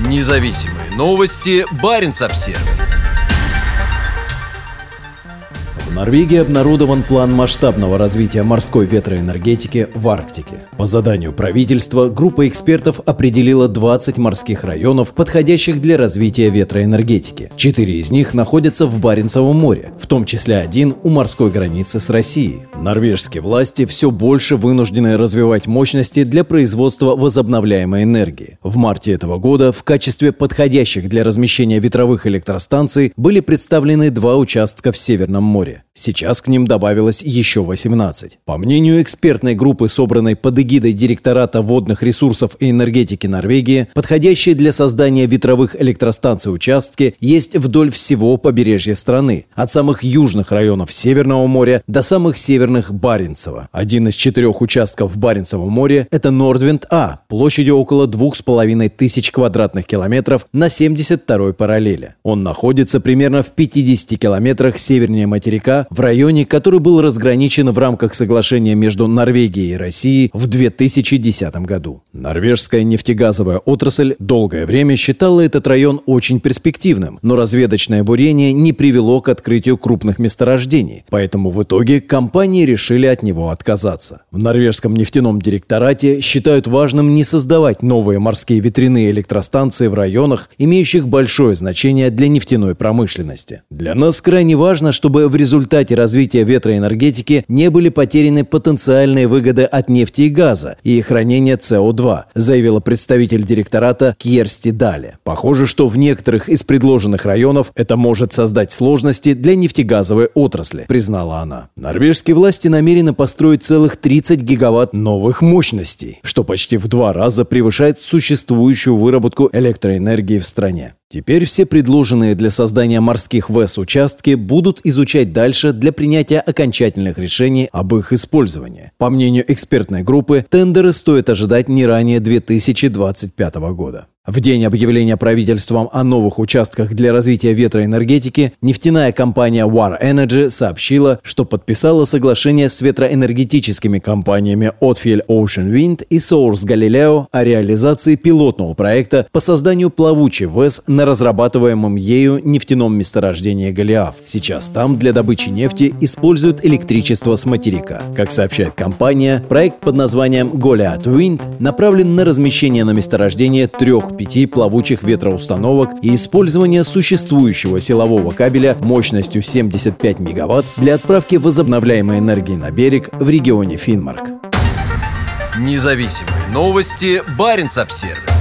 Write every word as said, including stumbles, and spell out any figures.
Независимые новости. Баренц-Обсервис. В Норвегии обнародован план масштабного развития морской ветроэнергетики в Арктике. По заданию правительства группа экспертов определила двадцать морских районов, подходящих для развития ветроэнергетики. Четыре из них находятся в Баренцевом море, в том числе один у морской границы с Россией. Норвежские власти все больше вынуждены развивать мощности для производства возобновляемой энергии. В марте этого года в качестве подходящих для размещения ветровых электростанций были представлены два участка в Северном море. Сейчас к ним добавилось еще восемнадцать. По мнению экспертной группы, собранной под эгидой Директората водных ресурсов и энергетики Норвегии, подходящие для создания ветровых электростанций участки есть вдоль всего побережья страны, от самых южных районов Северного моря до самых северных Баренцева. Один из четырех участков в Баренцевом море – это Нордвинд-А, площадью около двух с половиной тысяч квадратных километров на семьдесят второй параллели. Он находится примерно в пятидесяти километрах севернее материка, в районе, который был разграничен в рамках соглашения между Норвегией и Россией в две тысячи десятом году. Норвежская нефтегазовая отрасль долгое время считала этот район очень перспективным, но разведочное бурение не привело к открытию крупных месторождений, поэтому в итоге компании решили от него отказаться. В норвежском нефтяном директорате считают важным не создавать новые морские ветряные электростанции в районах, имеющих большое значение для нефтяной промышленности. Для нас крайне важно, чтобы в результате В результате развития ветроэнергетики не были потеряны потенциальные выгоды от нефти и газа и хранения С О два, заявила представитель директората Кьерсти Дале. Похоже, что в некоторых из предложенных районов это может создать сложности для нефтегазовой отрасли, признала она. Норвежские власти намерены построить целых тридцать гигаватт новых мощностей, что почти в два раза превышает существующую выработку электроэнергии в стране. Теперь все предложенные для создания морских ВЭС участки будут изучать дальше для принятия окончательных решений об их использовании. По мнению экспертной группы, тендеры стоит ожидать не ранее две тысячи двадцать пятого года. В день объявления правительством о новых участках для развития ветроэнергетики нефтяная компания Vår Energi сообщила, что подписала соглашение с ветроэнергетическими компаниями Odfjell Ocean Wind и Source Galileo о реализации пилотного проекта по созданию плавучей ВЭС на разрабатываемом ею нефтяном месторождении Голиаф. Сейчас там для добычи нефти используют электричество с материка. Как сообщает компания, проект под названием Goliath Wind направлен на размещение на месторождении трех пяти плавучих ветроустановок и использование существующего силового кабеля мощностью семьдесят пять мегаватт для отправки возобновляемой энергии на берег в регионе Финмарк. Независимые новости. Баренц-Обсервис.